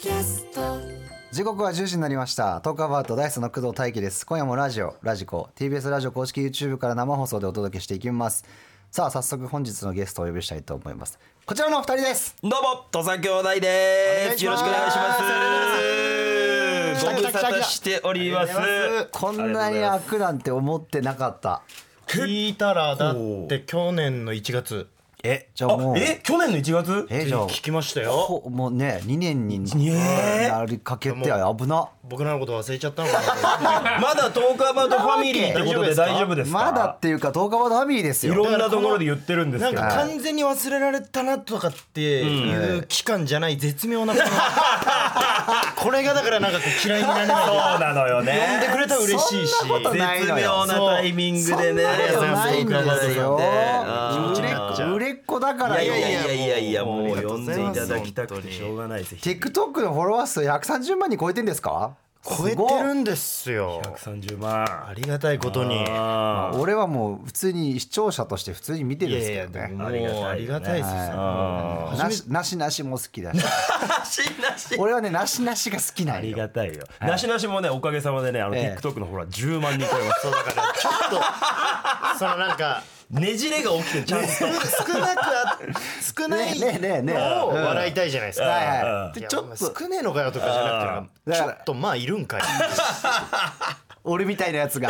時刻は10時になりました。トークアバウトダイスの工藤大輝です。今夜もラジコ TBS ラジオ公式 YouTube から生放送でお届けしていきます。さあ早速本日のゲストをお呼びしたいと思います。こちらのお二人です。 どうも土佐兄弟です。よろしくお願いします。ご無沙汰しております。 こんなに開くなんて思ってなかった。 聞いたらだって去年の1月じゃあもう去年の1月じゃあ聞きましたよ。 もうね2年になりかけて危な。 僕らのこと忘れちゃったのかなまだトークアバウトファミリーってことで大丈夫ですか？ まだっていうかトークアバウトファミリーですよ。 いろんなところで言ってるんですけど、 なんか完全に忘れられたなとかっていう期間じゃない絶妙なこれがだからなんかこう嫌いになれない。 そうなのよね。 呼んでくれたら嬉しいし、 そんなことないのよ。 絶妙なタイミングでね。 そんなことないんですよ。売れっ子だからよ。 いやもう呼んでいただきたくてしょうがないです。 TikTok のフォロワー数130万人超えてんですか？ 超えてるんですよ。 130万。 ありがたいことに。 俺はもう普通に視聴者として普通に見てるんですけどね。 もうありがたいですよ。 なしなしも好きだし。俺はねなしなしが好きなんよ。 ありがたいよ。なしなしもねおかげさまでねTikTok のフォロワー10万人超えます。 そうだからちょっとそのなんかねじれが起きてちゃんと少ないのを笑いたいじゃないですか。ちょっと少ねえのかよとかじゃなくてちょっとまあいるんかい。 俺みたいなやつが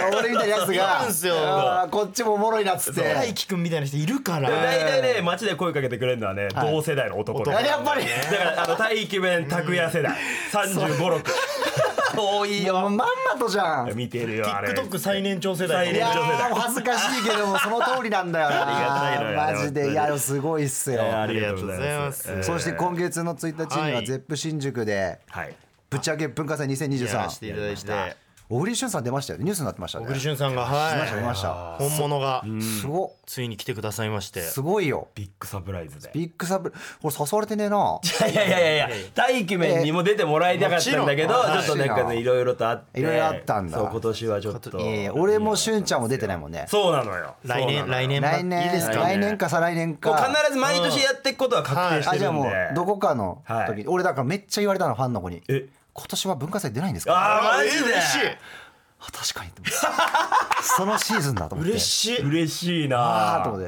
こっちもおもろいなっつって大輝くんみたいな人いるから。 大体ね街で声かけてくれるのはね同世代の男とか。 やっぱりだから大輝弁拓也世代35、6多いよ。 まんまとじゃん。 見てるよあれ。 TikTok 最年長世代。 いやー恥ずかしいけどもその通りなんだよな。 ありがたいのよマジで。いやすごいっすよ。 ありがとうございます。 そして今月の1日にはゼップ新宿でぶっちゃけ文化祭2023 していただいて小栗旬さん出ましたよね。ニュースになってましたね。 小栗旬さんが見ました本物がすごついに来てくださいまして。 すごいよ。 ビッグサプライズで。 これ誘われてねえな。 いや大輝面にも出てもらいたかったんだけどちょっとなんかねいろいろとあって。 いろいろあったんだ。 そう今年はちょっと。 俺も旬ちゃんも出てないもんね。 そうなのよ。 来年いいですか？ 来年か再来年か。 必ず毎年やっていくことは確定してるんで。 じゃあもうどこかの時俺だからめっちゃ言われたのファンの子に。今年は文化祭出ないんですか？ マジで嬉しい。 確かにそのシーズンだと思って嬉しいなと思って。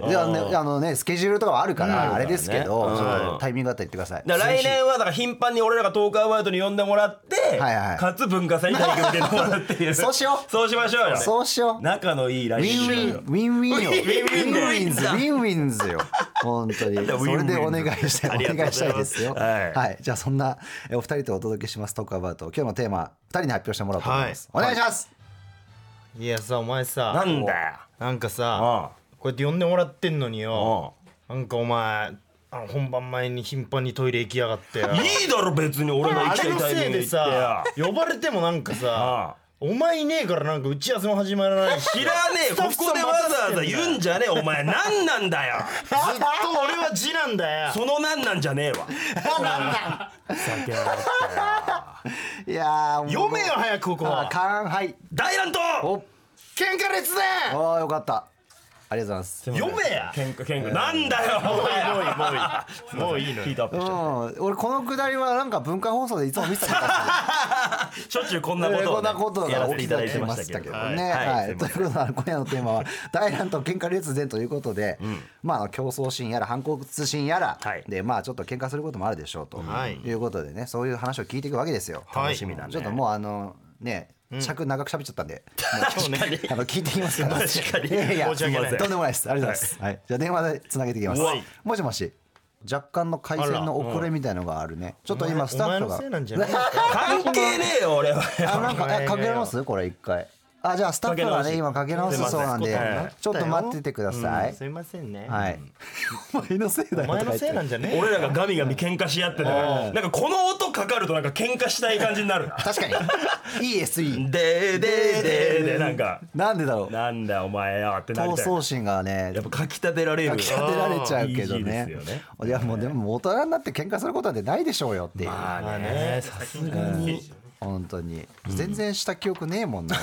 スケジュールとかはあるからあれですけどタイミングあったら言ってください。 来年はだから頻繁に俺らがトークアバウトに呼んでもらってかつ文化祭に大輝に出てもらうっていう。 そうしよう。 そうしましょうよ。 そうしよう。 仲のいい来年ウィンウィンズよ本当に。それでお願いしたいですよ。じゃあそんなお二人とお届けしますトークアバウト。今日のテーマ2人に発表してもらおうと思います。お願いします。 いやさお前さなんだよなんかさこうやって呼んでもらってんのによなんかお前本番前に頻繁にトイレ行きやがってよ。 いいだろ別に俺の行きたいタイミングで行ってさ呼ばれてもなんかさお前いねえからなんか打ち合わせも始まらないし。 知らねえ。ここでわざわざ言うんじゃねえ。お前何なんだよ。 ずっと俺は字なんだよ。 その何なんじゃねえわ。酒やがってよ。いや読めよ早くここは。 はい大乱闘喧嘩列伝。 よかった。ありがとうございます。 読めや。 喧嘩なんだよ。 もういいのよ。 俺このくだりはなんか文化放送でいつも見てたからしょっちゅうこんなことをやらせていただいてましたけどね。ということで今夜のテーマは大乱闘喧嘩列伝ということで競争心やら反骨心やらでちょっと喧嘩することもあるでしょうということでね、そういう話を聞いていくわけですよ。 楽しみだね。 ちょっともう尺長く喋っちゃったんで聞いていきますから。 確かに申し訳ない。とんでもないです。ありがとうございます。じゃあ電話でつなげていきます。もしもし。若干の回線の遅れみたいのがあるね。ちょっと今スタッフが関係ねえよ俺は。 なんかかけますこれ一回。じゃあスタッフがね今かけ直すそうなんでちょっと待っててください。 すいませんね。 お前のせいだよ。 お前のせいなんじゃねえ。 俺らがガミガミ喧嘩し合ってたらなんかこの音かかるとなんか喧嘩したい感じになるな。 確かにいい SE でなんかなんでだろう。 なんだお前よってなりたい。 闘争心がねやっぱかきたてられる。 かきたてられちゃうけどね。いやもうでも大人になって喧嘩することなんてないでしょうよっていう。 まあねさすがに本当に全然した記憶ねえもんな俺はもう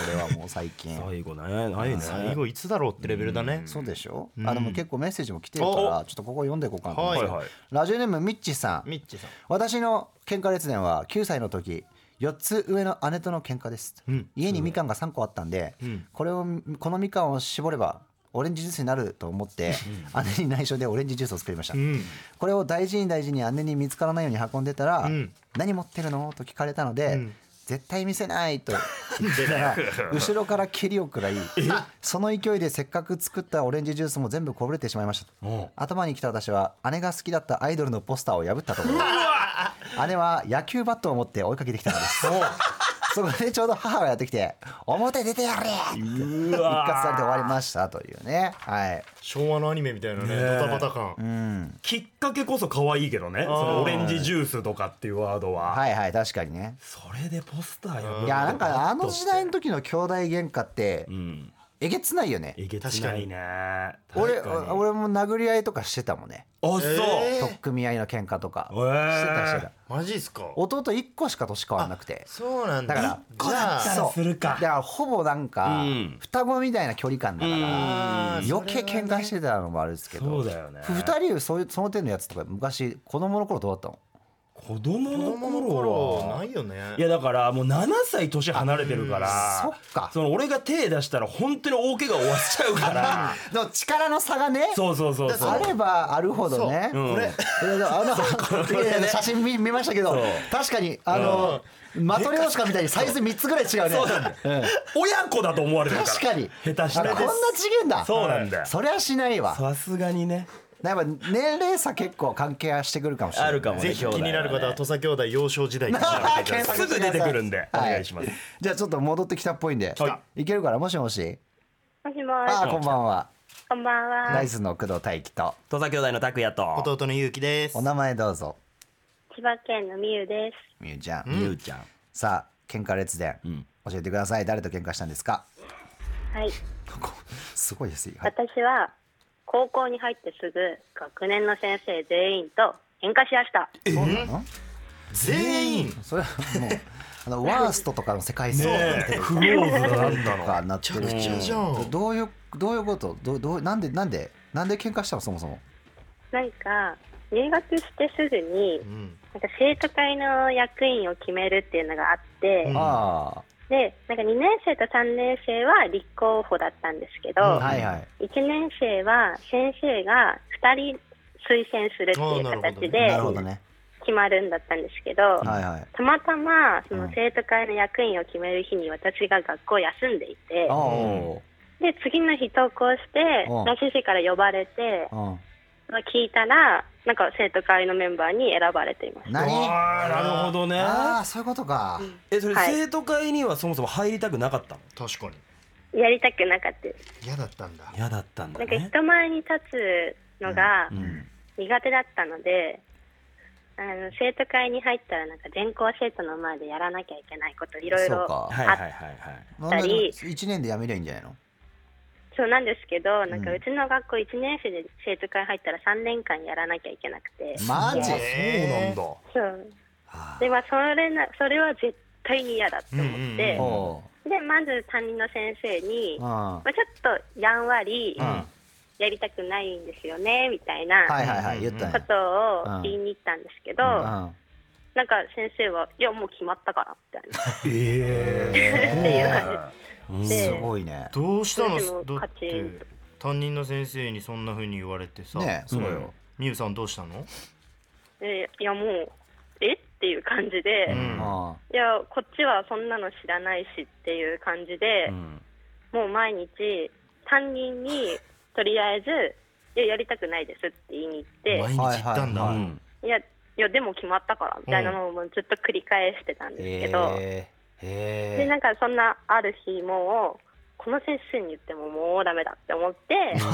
最近。 最後ないね。 最後いつだろうってレベルだね。 そうでしょ。でも結構メッセージも来てるからちょっとここ読んでいこうかなと思います。ラジオネームミッチさん。私の喧嘩列伝は9歳の時、4つ上の姉との喧嘩です。家にみかんが3個あったんで、このみかんを絞ればオレンジジュースになると思って姉に内緒でオレンジジュースを作りました。これを大事に姉に見つからないように運んでたら、何持ってるのと聞かれたので、絶対見せないと言ってたら後ろから蹴りを食らい、その勢いでせっかく作ったオレンジジュースも全部こぼれてしまいました。頭に来た私は姉が好きだったアイドルのポスターを破ったところ、姉は野球バットを持って追いかけてきたのです。そこでちょうど母がやってきて表出てやれって一括されて終わりましたというね。はい、 昭和のアニメみたいなね、ドタバタ感。 きっかけこそ可愛いけどね、そのオレンジジュースとかっていうワードは。 はいはい、確かにね。 それでポスターやる。 いやなんかあの時代の時の兄弟喧嘩ってえげつないよね。 えげつないね。 俺も殴り合いとかしてたもんね。 あ、そう。 取っ組み合いの喧嘩とかしてた。 マジっすか。 弟1個しか年変わらなくて。 そうなんだ。 だからじゃあするか。 だからほぼなんか双子みたいな距離感だから余計喧嘩してたのもあるんですけど。 そうだよね。 2人その手のやつとか昔子供の頃どうだったの？ 子供の頃ないよね。 いやだからもう7歳年離れてるから、 そっか。 その俺が手出したら本当に大怪我終わっちゃうからの力の差がね、 そうあればあるほどね。これ写真見ましたけど、確かにマトリョーシカみたいにサイズ3つぐらい違うね。 そうなんだ。親子だと思われるから。 確かに下手したらこんな違えんだ。 そうなんだよ。 そりゃしないわ。 さすがにね。 やっぱ年齢差結構関係してくるかもしれない。 あるかもね。 ぜひ気になる方は土佐兄弟幼少時代すぐ出てくるんでお願いします。 じゃあちょっと戻ってきたっぽいんでいけるから。もしもし。 もしもし。 あ、こんばんは。 こんばんは。 ライスの工藤大輝と土佐兄弟の拓也と弟のゆうきです。 お名前どうぞ。 千葉県のみゆです。 みゆちゃん。 みゆちゃん。 さあ喧嘩列伝教えてください。誰と喧嘩したんですか？ はい。 すごいです。 私は高校に入ってすぐ学年の先生全員と喧嘩しました。 そうなの？ 全員？ それはもうワーストとかの世界線になってる。 クローズなんだとかなってる。どういうこと？なんで喧嘩したのそもそも？ なんか入学してすぐになんか生徒会の役員を決めるっていうのがあって、でなんか2年生と3年生は立候補だったんですけど、1年生は先生が2人推薦するっていう形で決まるんだったんですけど、たまたまその生徒会の役員を決める日に私が学校を休んでいて、で次の日登校して先生から呼ばれて聞いたらなんか生徒会のメンバーに選ばれています。 なるほどね。 ああ、そういうことか。 それ生徒会にはそもそも入りたくなかったの？ 確かにやりたくなかったです。 嫌だったんだ。 嫌だったんだね。 なんか人前に立つのが苦手だったので、生徒会に入ったらなんか全校生徒の前でやらなきゃいけないこといろいろあったり。 1年でやめりゃいいんじゃないの？ そうなんですけど、なんかうちの学校1年生で生徒会入ったら3年間やらなきゃいけなくて。 マジ？ そうなんだ。 そう。でそれは絶対に嫌だって思って、でまず担任の先生に、ちょっとやんわりやりたくないんですよねみたいなことを言いに行ったんですけど、なんか先生はいやもう決まったからみたいなって言われて。 すごいね。 どうしたの？だって担任の先生にそんな風に言われてさ。 ね、そうよ。 みゆさんどうしたの？ いやもうっていう感じで、いやこっちはそんなの知らないしっていう感じで、もう毎日担任にとりあえずやりたくないですって言いに行って、 毎日行ったんだ。 いやでも決まったからみたいなのをずっと繰り返してたんですけど。でなんかそんなある日もうこの先生に言ってももうダメだって思って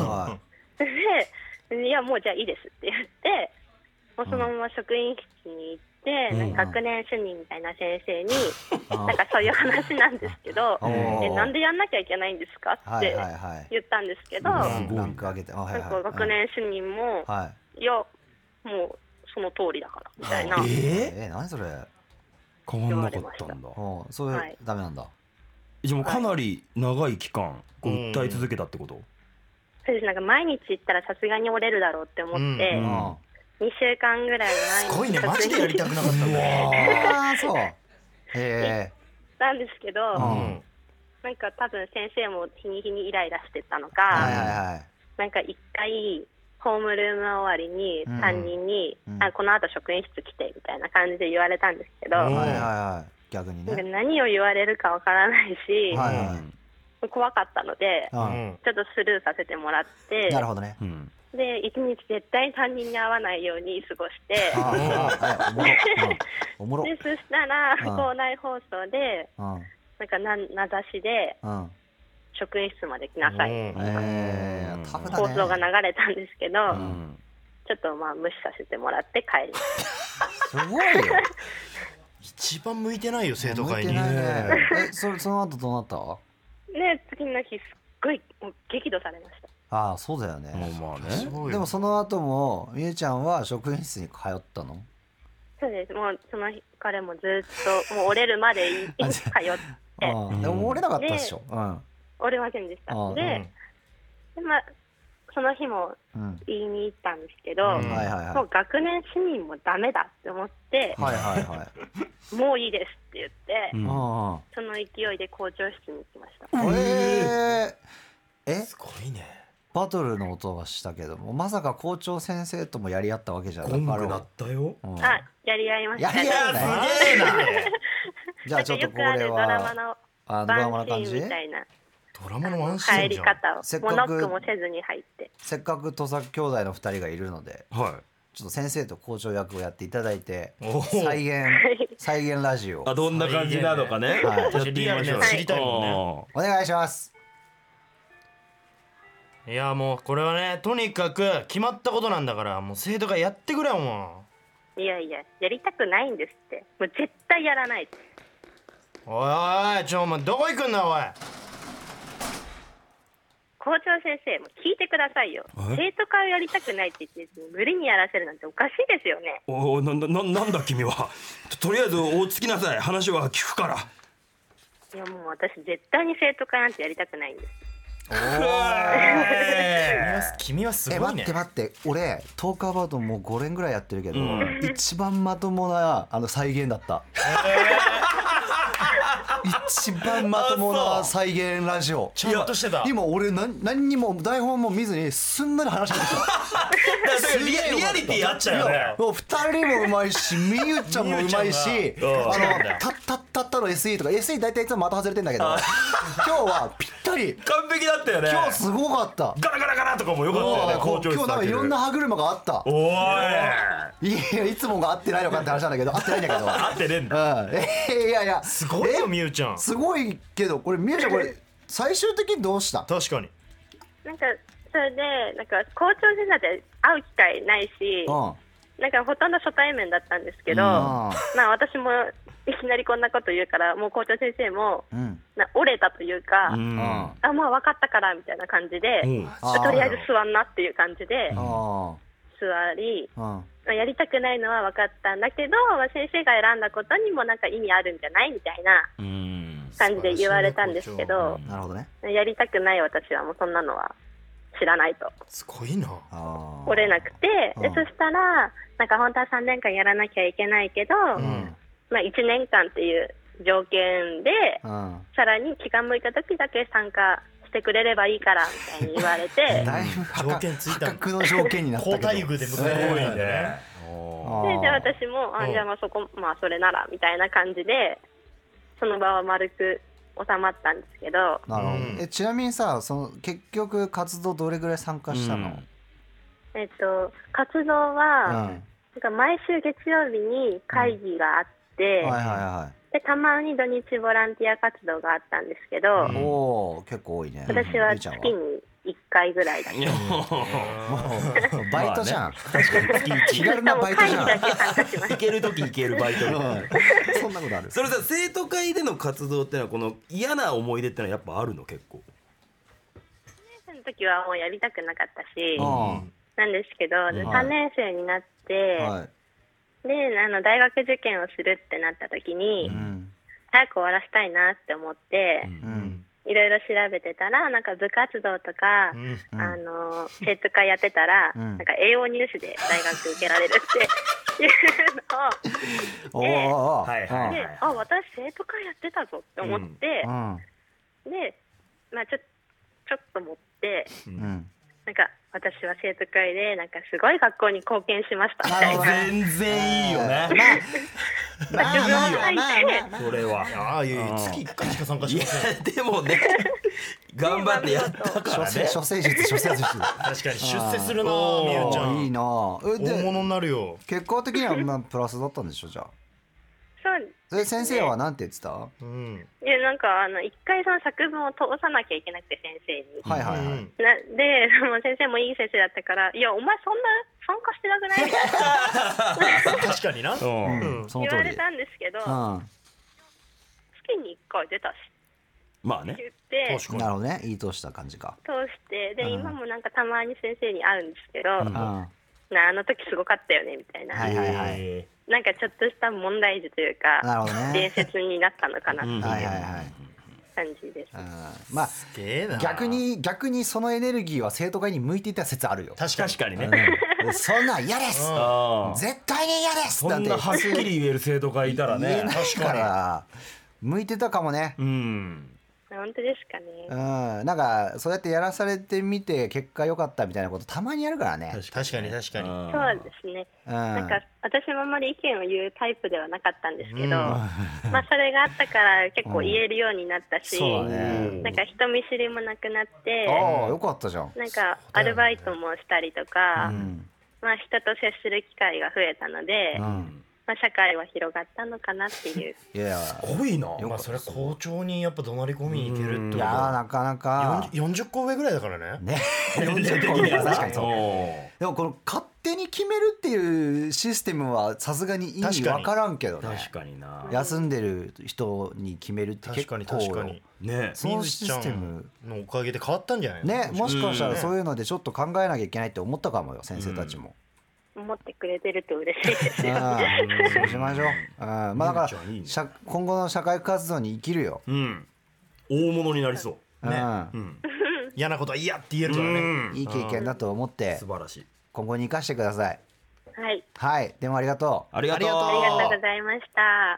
でいやもうじゃあいいですって言ってもうそのまま職員室に行って、なんか学年主任みたいな先生になんかそういう話なんですけどなんでやんなきゃいけないんですかって言ったんですけど、なんか学年主任もいやもうその通りだからみたいな。 何それ？ 変わんなかったんだ。 それダメなんだ。 じゃあもうかなり長い期間こう訴え続けたってこと？ そうです。なんか毎日行ったらさすがに折れるだろうって思って、2週間ぐらいすごいね、マジでやりたくなかったんだね。 ああ、そう。 なんですけど、なんか多分先生も日に日にイライラしてたのか、なんか一回ホームルーム終わりに担任に、この後職員室来てみたいな感じで言われたんですけど、 逆にね、 何を言われるかわからないし、怖かったので、ちょっとスルーさせてもらって、 なるほどね。 で一日絶対担任に会わないように過ごして、でそしたら校内放送でなんか名指しで職員室まで来なさい、放送が流れたんですけど、ちょっとまあ無視させてもらって帰りました。 すごいよ。 一番向いてないよ生徒会に。 その後どうなった？ ね、次の日すっごい激怒されました。 ああ、そうだよね。 まあね。 でもその後もみゆちゃんは職員室に通ったの？ そうです。もうその彼もずっともう折れるまで通って。 でも折れなかったでしょ。 折れませんでした。でまあその日も言いに行ったんですけど、もう学年主任もダメだって思って、もういいですって言って、その勢いで校長室に行きました。 すごいね。 バトルの音はしたけども、まさか校長先生ともやり合ったわけじゃない。 ゴングなったよ。 やり合いました。 やり合うね。 すげえな。 じゃあちょっとこれはドラマのワンシーンみたいな。 ドラマのワンシーン入り方をもうノックもせずに入って、 せっかく土佐兄弟の2人がいるので、ちょっと先生と校長役をやっていただいて、再現ラジオ、 どんな感じなのかね、やってみましょう。 知りたいもんね。お願いします。 いやもうこれはね、とにかく決まったことなんだから、もう生徒がやってくれよ。もういやいや、やりたくないんですって。もう絶対やらない。 おいおい、お前どこ行くんだおい。 校長先生も聞いてくださいよ。生徒会をやりたくないって言って無理にやらせるなんておかしいですよね。 なんだ君は。とりあえず落ち着きなさい。話は聞くから。 いやもう私絶対に生徒会なんてやりたくないんです。 君はすごいね。 待って、俺トークアバウトもう5年ぐらいやってるけど、一番まともな再現だった。一番まともな再現ラジオ。 ちゃんとしてた。 今俺何にも台本も見ずにすんなり話してた。 リアリティやっちゃうよね。 2人もうまいし、みゆちゃんもうまいし、たったの SE とか SE 大体いつも的外れてんだけど、今日はぴったり完璧だったよね。 今日すごかった。 ガラガラガラとかもよかったよね。 今日なんかいろんな歯車があった。 おい、 いつもが合ってないのかって話なんだけど、合ってないんだけど。 合ってねえんだ。 いやすごいよみゆちゃん。 すごいけど、これみゆちゃんこれ最終的にどうした？ 確かに。 なんかそれでなんか校長先生って会う機会ないし、なんかほとんど初対面だったんですけど、まあ私もいきなりこんなこと言うから、もう校長先生も折れたというか、まあ分かったからみたいな感じで、とりあえず座んなっていう感じで座り、やりたくないのは分かったんだけど、先生が選んだことにもなんか意味あるんじゃないみたいな感じで言われたんですけど、 なるほどね。 やりたくない私はもうそんなのは知らないと。 すごいな。 折れなくて、でそしたらなんか本当は3年間やらなきゃいけないけど、まあ1年間っていう条件で、さらに気が向いた時だけ参加してくれればいいからみたいに言われてだいぶ破格の条件になったけど、 高待遇で迎えるね。 でじゃあ私もじゃあまあそれならみたいな感じでその場は丸く収まったんですけど。 なるほど。ちなみにさ、結局活動どれぐらい参加したの？ 活動は、なんか毎週月曜日に会議があって、でたまに土日ボランティア活動があったんですけど、 おー結構多いね。 私は月に1回ぐらいだった。 もうバイトじゃん。確かに気軽なバイトじゃん。 行ける時行けるバイト。 そんなことある？ それさ、生徒会での活動ってのはこの嫌な思い出ってのはやっぱあるの？結構その時はもうやりたくなかったしなんですけど、3年生になって、で大学受験をするってなった時に、 早く終わらせたいなって思って、いろいろ調べてたらなんか部活動とか、生徒会やってたら、なんか栄養入試で大学受けられるっていうのをで、私生徒会やってたぞって思って、で、まあちょっと持って、なんか私は生徒会でなんかすごい学校に貢献しましたみたいな。 全然いいよね。 まあいいよ。 それは。 月1回しか参加しません。 でもね、頑張ってやったからね。 処世術。 確かに出世するな、みゆちゃん。 いいな。大物になるよ。 結果的にはまあプラスだったんでしょじゃあ。それ先生はなんて言ってた？ いやなんか一回その作文を通さなきゃいけなくて先生に。でもう先生もいい先生だったからいやお前そんな参加してなくないみたいな。 確かにな。 言われたんですけど、月に1回出たし。 まあね。 言って。 なるほどね、いい通した感じか。 通してで今もなんかたまに先生に会うんですけど、あの時すごかったよねみたいな。なんかちょっとした問題児というか、伝説になったのかなっていう感じです。 まあ逆にそのエネルギーは生徒会に向いていた説あるよ。 確かにね。 そんな嫌です。絶対に嫌です。 そんなはっきり言える生徒会いたらね。 確かに向いてたかもね。 本当ですかね。 なんかそうやってやらされてみて結果良かったみたいなことたまにあるからね。 確かに。 そうですね。なんか私もあんまり意見を言うタイプではなかったんですけど、まあそれがあったから結構言えるようになったし、なんか人見知りもなくなって、 よかったじゃん。 なんかアルバイトもしたりとか、まあ人と接する機会が増えたので。まあ社会は広がったのかなっていう。 すごいな。 まあそれ校長にやっぱ怒鳴り込みに行けるってこと。 いやなかなか 40個上ぐらいだからね。 ね。40個上確かにそう。でもこの勝手に決めるっていうシステムはさすがに意味わからんけどね。 確かにな。 休んでる人に決めるって結構確かにね。そのシステムのおかげで変わったんじゃないのね。もしかしたらそういうのでちょっと考えなきゃいけないって思ったかもよ先生たちも。 思ってくれてると嬉しいですよ。 そうしましょう。まあだから今後の社会活動に生きるよ。 大物になりそう。 嫌なことは嫌って言えるからね。 いい経験だと思って素晴らしい。 今後に生かしてください。 はい。 でもありがとう。 ありがとうございました。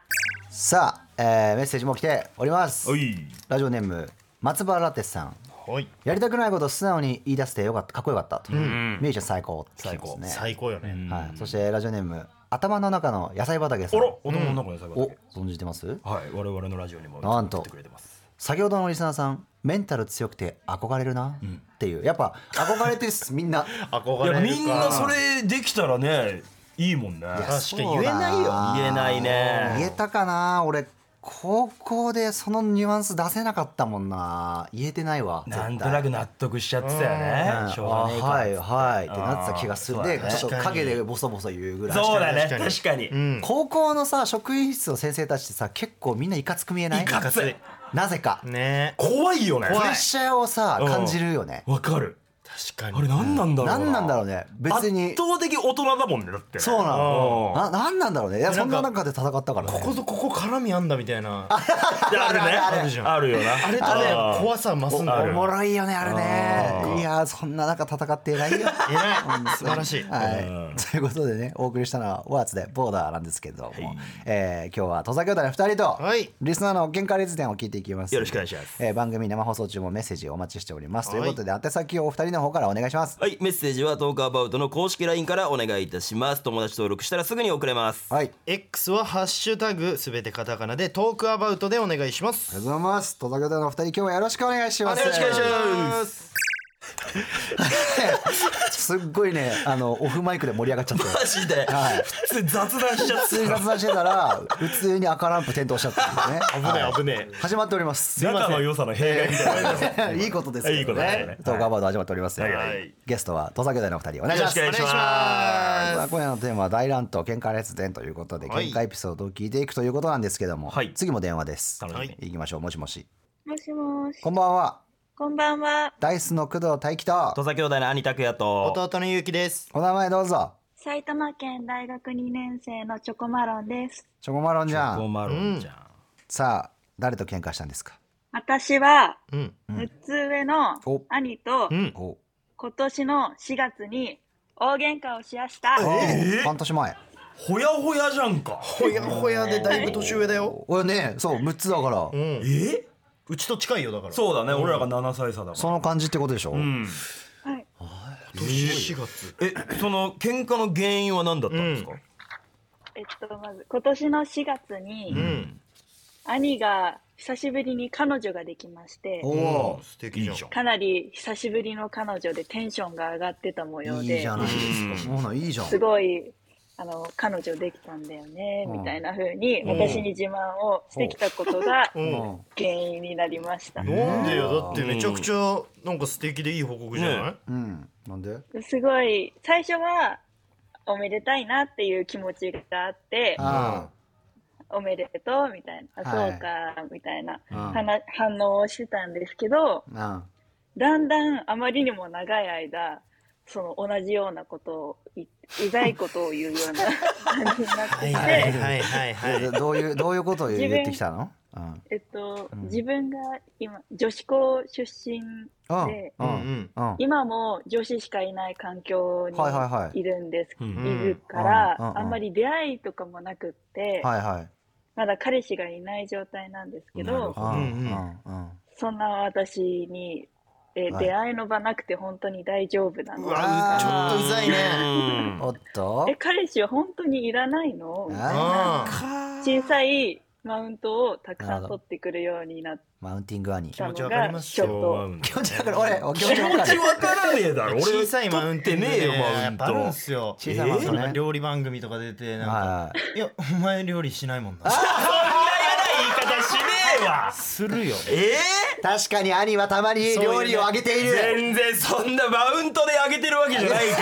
さあメッセージも来ております。ラジオネーム松原ラテさん。やりたくないことを素直に言い出してよかった、かっこよかったと。ミュージシャン最高って言ってますね。 最高よね。 そしてラジオネーム頭の中の野菜畑さん。 頭の中の野菜畑。 存じてます？ はい、我々のラジオにもなんと先ほどのリスナーさんメンタル強くて憧れるなっていう、やっぱ憧れてるっすみんな。 憧れるか。 みんなそれできたらねいいもんね。 確かに言えないよ。 言えないね。 言えたかな。俺高校でそのニュアンス出せなかったもんな。言えてないわ。 なんとなく納得しちゃってたよね。しょうがねえか。 はいってなってた気がする。でちょっと陰でボソボソ言うぐらい。 そうだね、確かに。 高校のさ職員室の先生たちってさ結構みんないかつく見えない？ いかつい。 なぜかね。 怖いよね。 プレッシャーをさ感じるよね。 わかる。 確かに。 あれ何なんだろう。 何なんだろうね。別に圧倒的大人だもんねだって。 そうなの。何なんだろうね。いやそんな中で戦ったからね。 こことここ絡みあんだみたいな。 あるね。あるよな。 あれとね怖さ増すんだ。 おもろいよねあれね。いやそんな中戦って偉いよ。 偉い。素晴らしい。 ということでねお送りしたのはワーツでボーダーなんですけども、今日は土佐兄弟の2人とリスナーの喧嘩列伝を聞いていきます。 よろしくお願いします。 番組生放送中もメッセージをお待ちしております。ということで宛先をお二人の方からお願いします。 はい、メッセージはトークアバウトの公式 LINE からお願いいたします。友達登録したらすぐに送れます。 はい。 X はハッシュタグすべてカタカナでトークアバウトでお願いします。 ありがとうございます。土佐兄弟のお二人今日はよろしくお願いします。 よろしくお願いします。 すっごいねオフマイクで盛り上がっちゃってマジで、普通に雑談しちゃって普通に雑談してたら普通に赤ランプ点灯しちゃったんですね。 危ねえ始まっております。 仲の良さの弊害みたいな。いいことですよね。トークアバウト始まっております。ゲストは土佐兄弟のお二人お願いします。 よろしくお願いします。 今夜のテーマは大乱闘喧嘩列伝ということで喧嘩エピソードを聞いていくということなんですけども、次も電話です。いきましょう。もしもし。 もしもし。 こんばんは。 こんばんは。 ダイスの工藤大輝と土佐兄弟の兄拓也と弟のゆうきです。 お名前どうぞ。 埼玉県大学2年生のチョコマロンです。 チョコマロンじゃん。 チョコマロンじゃん。 さあ誰と喧嘩したんですか？ 私は6つ上の兄と今年の4月に大喧嘩をしやした。 半年前。 ほやほやじゃんか。 ほやほやでだいぶ年上だよ。 俺ね、そう6つだから。 うちと近いよだから。 そうだね、俺らが7歳差だから。 その感じってことでしょ。 はい。 4月。 その喧嘩の原因は何だったんですか？ まず今年の4月に兄が久しぶりに彼女ができまして、 素敵じゃん。 かなり久しぶりの彼女でテンションが上がってた模様で、 いいじゃないですか。いいじゃん。 すごい彼女できたんだよねみたいな風に私に自慢をしてきたことが原因になりました。 なんでよ、だってめちゃくちゃなんか素敵でいい報告じゃない？ なんで？ すごい最初はおめでたいなっていう気持ちがあって、おめでとうみたいな、そうかみたいな反応をしてたんですけど、だんだんあまりにも長い間その同じようなことをうざいことを言うような感じになってて、どういうことを言ってきたの？ 自分が今女子校出身で、今も女子しかいない環境にいるんです、いるから、あんまり出会いとかもなくって、まだ彼氏がいない状態なんですけど、そんな私に出会いの場なくて本当に大丈夫なの？ ちょっとうざいね。 おっと。 彼氏は本当にいらないの？小さいマウントをたくさん取ってくるようになったマウンティング兄。 気持ちわかりますよ。気持ちわかる。俺気持ちわからねえだろ。俺小さいマウンテねえよマウント。 あるんすよ。小さいマウントね。料理番組とか出てなんかいやお前料理しないもんな。 そんな嫌な言い方しねえわ。 するよ。 確かに兄はたまに料理をあげている。 全然そんなマウントであげてるわけじゃないから。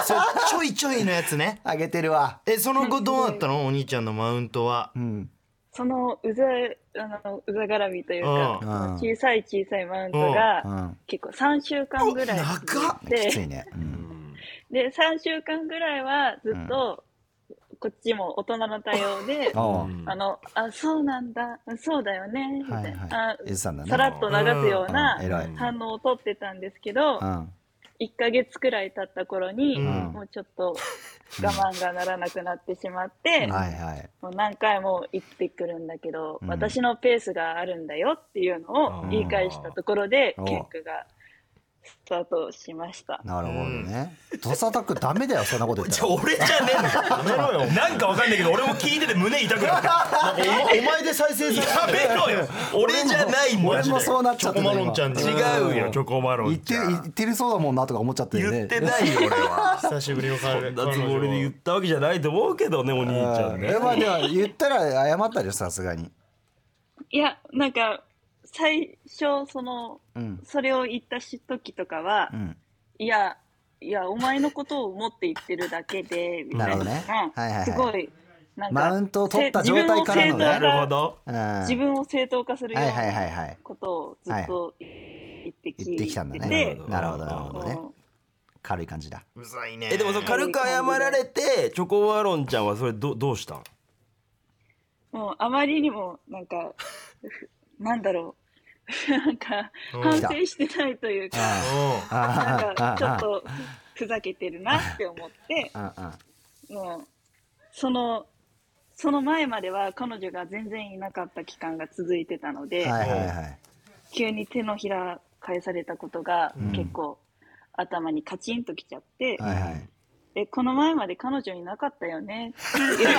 ちょいちょいのやつね。 あげてるわ。 その後どうなったの？お兄ちゃんのマウントは。 そのうざ絡みというか、小さいマウントが結構3週間ぐらい続いて、 きついね。 で3週間ぐらいはずっとこっちも大人の対応で、そうなんだ、そうだよねみたいな、さらっと流すような反応を取ってたんですけど、1ヶ月くらい経った頃に、もうちょっと我慢がならなくなってしまって、もう何回も言ってくるんだけど、私のペースがあるんだよっていうのを言い返したところで喧嘩がスタートしました。 なるほどね。土佐田君ダメだよそんなこと言ったら。 俺じゃねえんだよ。やめろよ。なんかわかんないけど俺も聞いてて胸痛くなって。 お前で再生され。やめろよ。俺じゃないんだ。 俺もそうなっちゃった。 チョコマロンちゃん。 違うよチョコマロンちゃん。 言ってるそうだもんなとか思っちゃってるね。 言ってないよ俺は。 久しぶりの彼女。 そんなつもりで言ったわけじゃないと思うけどねお兄ちゃんね。 まあでは言ったら謝ったでしょさすがに。 いやなんか。最初それを言った時とかは、いやお前のことを思って言ってるだけでみたいな、すごいなんかマウントを取った状態からのね。 なるほど。 自分を正当化するようなことをずっと言ってきたんだね。 なるほどね。軽い感じだ。 うざいね。 でも軽く謝られてチョコマロンちゃんはそれどうしたん？ もうあまりにもなんかなんだろう。なんか反省してないというか、なんかちょっとふざけてるなって思って、もうその前までは彼女が全然いなかった期間が続いてたので、急に手のひら返されたことが結構頭にカチンときちゃって、この前まで彼女いなかったよねっていうふうに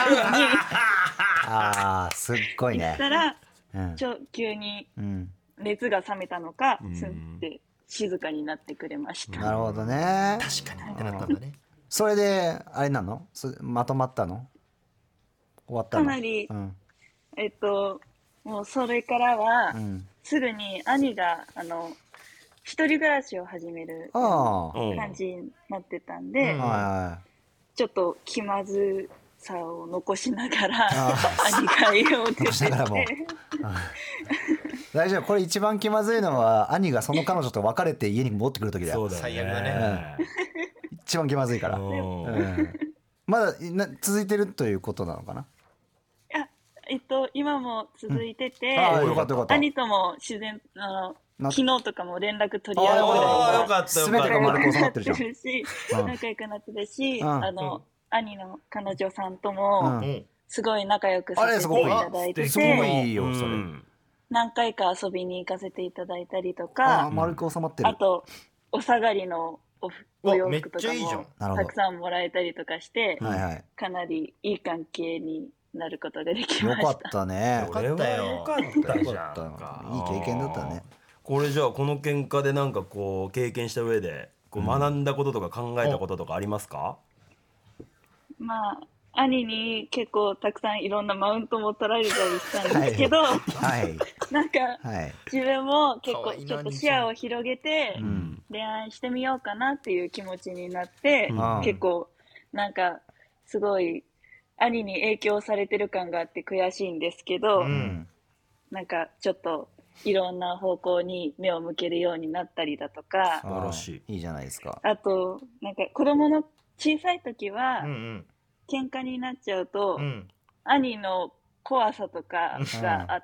すっごいね。 言ったら急に熱が冷めたのか、すんって静かになってくれました。 なるほどね。 確かにってなったんだね。 それであれなの？まとまったの？終わったの？ かなり、もうそれからは、すぐに兄が一人暮らしを始める感じになってたんで、ちょっと気まずさを残しながら兄が家を出てて大丈夫。これ一番気まずいのは兄がその彼女と別れて家に戻ってくる時だよ。 最悪だね。 一番気まずいから。まだ続いてるということなのかな？ 今も続いてて、 よかったよかった。 兄とも自然昨日とかも連絡取り合うぐらいよかったよかった。 全てが丸く収まってるじゃん。 仲良くなってるし、兄の彼女さんともすごい仲良くさせていただいてて、 すごいいいよそれ。 何回か遊びに行かせていただいたりとか、 丸く収まってる。 あとお下がりのお洋服とかもたくさんもらえたりとかして、かなりいい関係になることができました。 よかったね。 よかったよ。よかったじゃん。いい経験だったね。 これじゃあこの喧嘩でなんかこう経験した上でこう学んだこととか考えたこととかありますか？ まあ兄に結構たくさんいろんなマウントも取られたりしたんですけど、なんか自分も結構ちょっと視野を広げて恋愛してみようかなっていう気持ちになって、結構なんかすごい兄に影響されてる感があって悔しいんですけど、なんかちょっといろんな方向に目を向けるようになったりだとか、 素晴らしい。いいじゃないですか。 あとなんか子供の小さい時は、喧嘩になっちゃうと、兄の怖さとかがあって、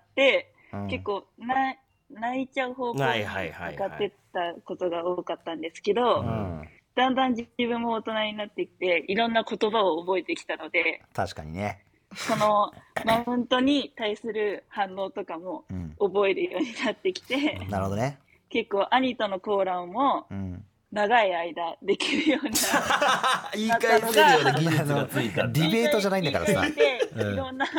結構泣いちゃう方向に向かってたことが多かったんですけど、だんだん自分も大人になってきていろんな言葉を覚えてきたので、 確かにね、 そのマウントに対する反応とかも覚えるようになってきて、 なるほどね。 結構兄との口論も長い間できるようになった言い返せるような技術がついた。 ディベートじゃないんだからさ。 いろんな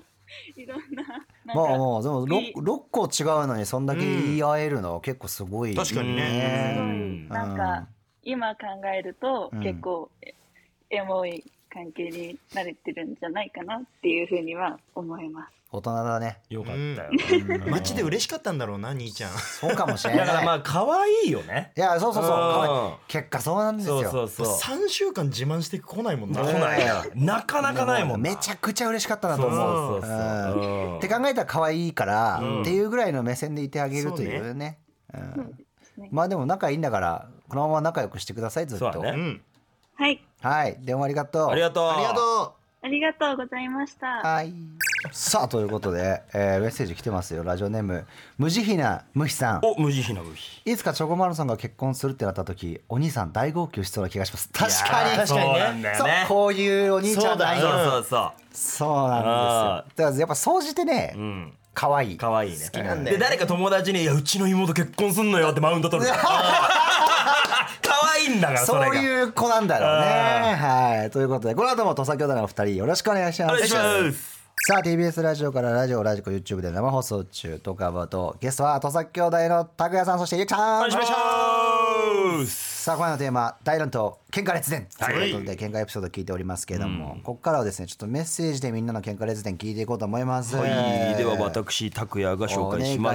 もうでも6個違うのにそんだけ言い合えるのは結構すごい。 確かにね。 なんか今考えると結構エモい関係になれてるんじゃないかなっていうふうには思います。 大人だね。 よかったよ。 街で嬉しかったんだろうな、兄ちゃん。 そうかもしれない。 だからまあ可愛いよね。 いや、そう結果そうなんですよ。 3週間自慢してこないもんな。 来ないよ。なかなかないもん。 めちゃくちゃ嬉しかったなと思う。って考えたら可愛いからっていうぐらいの目線でいてあげるというね。まあでも仲いいんだからこのまま仲良くしてください、ずっと。 はい。 はい、電話ありがとう。 ありがとう。 ありがとうございました。 はい。さあということで、メッセージ来てますよ。ラジオネーム無慈悲な無比さん。 お、無慈悲な無比。 いつかチョコマルさんが結婚するってなった時、お兄さん大号泣しそうな気がします。確かにね。 そう、こういうお兄ちゃんだよ。そうなんですよ。だからやっぱ総じてね、可愛い。 可愛いね。好きなんで誰か友達にいやうちの妹結婚すんのよってマウント取る。可愛いんだからそれが。 そういう子なんだろうね。はい。ということでこの後も土佐兄弟のお二人よろしくお願いします。 お願いします。 さあ TBS ラジオからラジコ YouTube で生放送中トークアバウト、ゲストは土佐兄弟の拓也さん、そしてゆきさん。 お願いします。 さあ今夜のテーマ大乱闘喧嘩列伝ということで喧嘩エピソード聞いておりますけれども、ここからはですねちょっとメッセージでみんなの喧嘩列伝聞いていこうと思います。 はい、では私拓也が紹介します。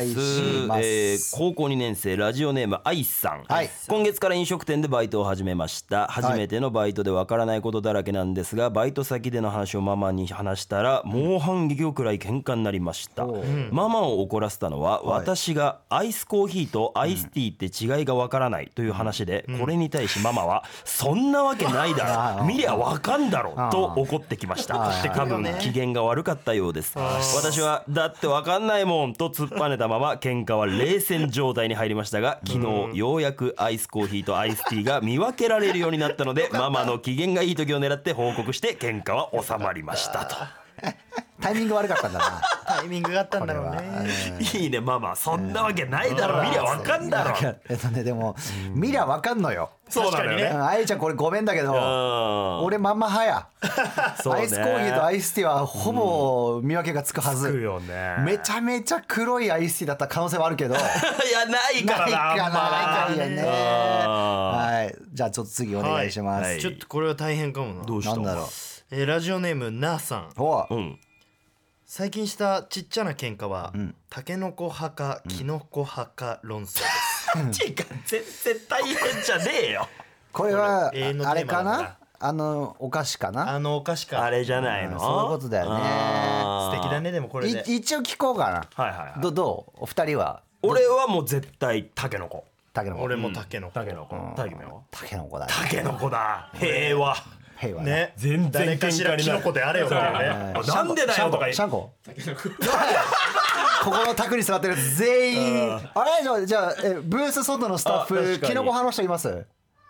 高校2年生ラジオネーム愛さん、今月から飲食店でバイトを始めました。初めてのバイトでわからないことだらけなんですが、バイト先での話をママに話したら猛反撃を食らい喧嘩になりました。ママを怒らせたのは私がアイスコーヒーとアイスティーって違いがわからないという話で、これに対しママはそんなわけないだろ、見りゃわかんだろと怒ってきました。多分機嫌が悪かったようです。私はだってわかんないもんと突っぱねたまま喧嘩は冷戦状態に入りましたが、昨日ようやくアイスコーヒーとアイスティーが見分けられるようになったので、ママの機嫌がいい時を狙って報告して喧嘩は収まりましたと。 タイミング悪かったんだな。 タイミングがあったんだろうね。 いいねママ、そんなわけないだろ、見りゃわかんだろ。 でも見りゃわかんのよ。 そうだね。 あいちゃんこれごめんだけど、俺ママ派や。アイスコーヒーとアイスティーはほぼ見分けがつくはず。めちゃめちゃ黒いアイスティーだった可能性はあるけど。いやないからな。 ないね。はい。じゃあちょっと次お願いします。 ちょっとこれは大変かもな。 どうした？ なんだろう。ラジオネームなさん。最近したちっちゃな喧嘩は、タケノコ派かキノコ派か論争です。 違う、全然大変じゃねえよ。 これはあれかな、お菓子かな、 お菓子か、 あれじゃないの。 そういうことだよね。 素敵だね。でもこれで一応聞こうかな。どうお二人は。 俺はもう絶対タケノコ。 俺もタケノコ。 タケノコだ。 タケノコだ。 平和。 平和ね。全然誰かしらキノコであれよっていうね。 なんでだよとか。 シャンコ。ここの卓に座ってる全員。あれじゃあブース外のスタッフキノコ派の人います？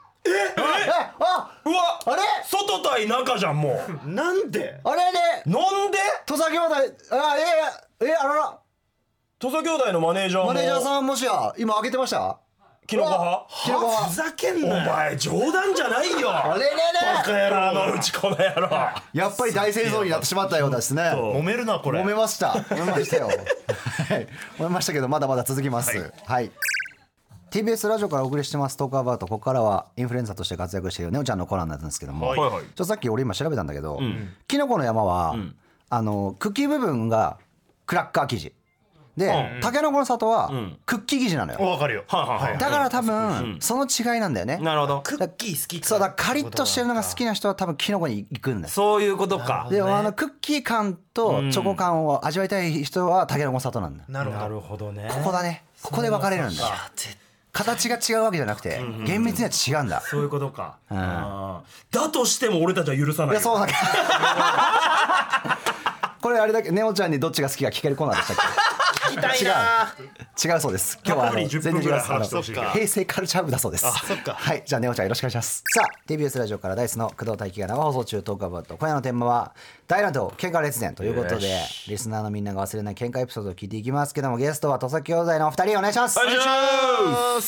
うわあれ外対中じゃんもう。なんで？ あれね。 なんで？ 土佐兄弟あらら。 土佐兄弟のマネージャーさんもしや今開けてました？ キノコ派？ ふざけんなよ。 お前冗談じゃないよ。 あれバカ野郎のうちこの野郎。 やっぱり大戦争になってしまったようですね。 揉めるなこれ。 揉めましたよ。揉めましたけどまだまだ続きます。はい。TBS ラジオからお送りしてますトークアバウト。ここからはインフルエンサーとして活躍しているネオちゃんのコーナーなんですけども、ちょっとさっき俺今調べたんだけど、キノコの山は茎部分がクラッカー生地で、タケノコの里はクッキー生地なのよ。 わかるよ。 だから多分その違いなんだよね。 なるほど。 クッキー好きか。 そうだ、カリッとしてるのが好きな人は多分キノコに行くんだよ。 そういうことか。 でクッキー感とチョコ感を味わいたい人はタケノコの里なんだよ。 なるほどね。 ここだね。ここで分かれるんだよ。形が違うわけじはなくて厳密には違うんだ。 そういうことか。だとしても俺たちは許さない。 いやそうだけどこれあれだけネオちゃんにどっちが好きか聞けるコーナーでしたっけ？ 聞きたいな。 違うそうです。今日は全然違う。平成カルチャー部だそうです。 そっか。 はい、じゃあネオちゃんよろしくお願いします。さあ TBS ラジオからダイスの工藤大輝が生放送中トークアバウト。今夜のテーマは大乱闘喧嘩列伝ということで、リスナーのみんなが忘れない喧嘩エピソードを聞いていきますけども、ゲストは土佐兄弟のお二人お願いします。 お願いします。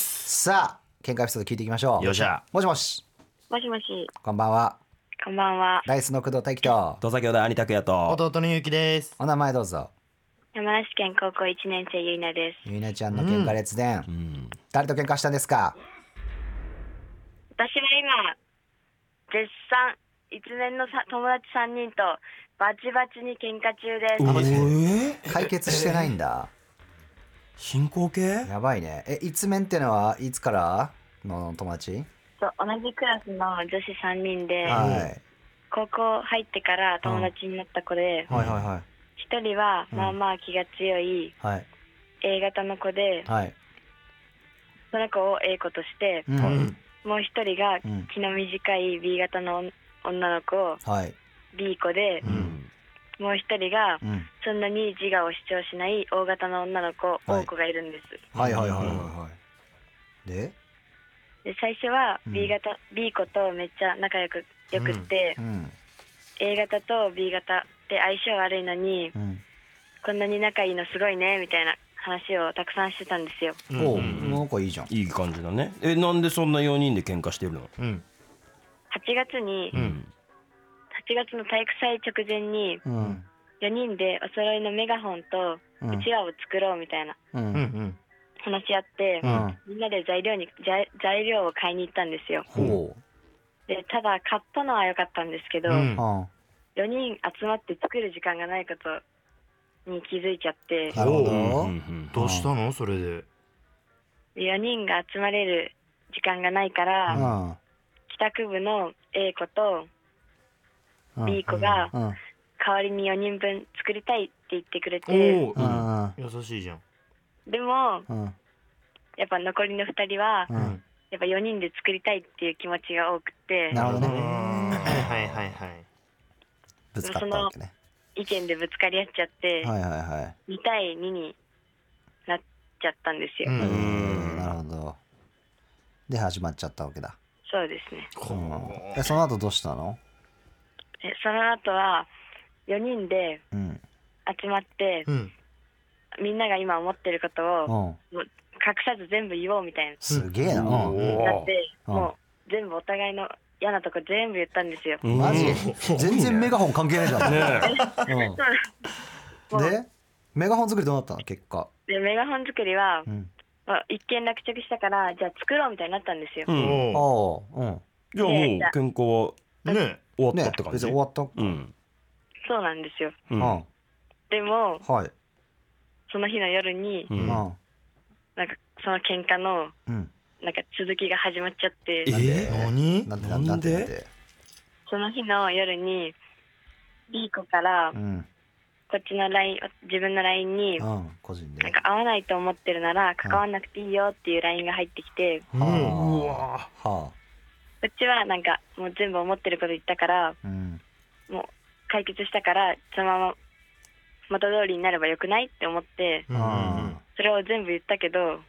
さあ喧嘩エピソード聞いていきましょう。 よっしゃ。 もしもし。 もしもし。 こんばんは。 こんばんは。 ダイスの工藤大輝と土佐兄弟兄拓也と弟のゆうきです。 お名前どうぞ。 山梨県高校1年生ゆいなです。 ゆいなちゃんの喧嘩列伝、誰と喧嘩したんですか？ 私は今絶賛一年の友達3人とバチバチに喧嘩中です。解決してないんだ。 進行形？ やばいね。一面ってのはいつからの友達？ そう同じクラスの女子3人で、高校入ってから友達になった子で、一人はまあまあ気が強い A 型の子で、その子を A 子として、もう一人が気の短い B 型の女の子を B 子で、もう一人がそんなに自我を主張しない O 型の女の子 O 子がいるんです。で最初は B 子とめっちゃ仲良くって、A 型と B 型って相性悪いのに、こんなに仲いいのすごいねみたいな話をたくさんしてたんですよ。 なんかいいじゃん。 いい感じだね。なんでそんな4人で喧嘩してるの？8 月の体育祭直前に4人でお揃いのメガホンとうちわを作ろうみたいな話し合って、みんなで材料を買いに行ったんですよ。でただ買ったのは良かったんですけど、4人集まって作る時間がないことに気づいちゃって。 どうしたのそれで。 4人が集まれる時間がないから、帰宅部の A 子と B 子が代わりに4人分作りたいって言ってくれて、 優しいじゃん。 でも、やっぱ残りの2人は、やっぱ4人で作りたいっていう気持ちが多くて、 なるほどね。 ぶつかったわけね。意見でぶつかり合っちゃって、2対2になっちゃったんですよ。 なるほど。で始まっちゃったわけだ。 そうですね。 その後どうしたの？ その後は4人で集まって、みんなが今思ってることを隠さず全部言おうみたいな。 すげえな。 だってもう全部お互いの嫌なとこ全部言ったんですよ。 マジ？全然メガホン関係ないじゃん。でメガホン作りどうなったの結果？でメガホン作りは、一見落着したからじゃあ作ろうみたいになったんですよ。 じゃあもう喧嘩はね終わったって感じ？ 別に終わった。 そうなんですよ。でもその日の夜になんかその喧嘩のなんか続きが始まっちゃって。 なんで？ その日の夜に B 子からこっちの LINE 自分の LINE になんか会わないと思ってるなら関わんなくていいよっていう LINE が入ってきて、 こっちはなんかもう全部思ってること言ったから、もう解決したからそのまま元通りになればよくないって思って、それを全部言ったけど、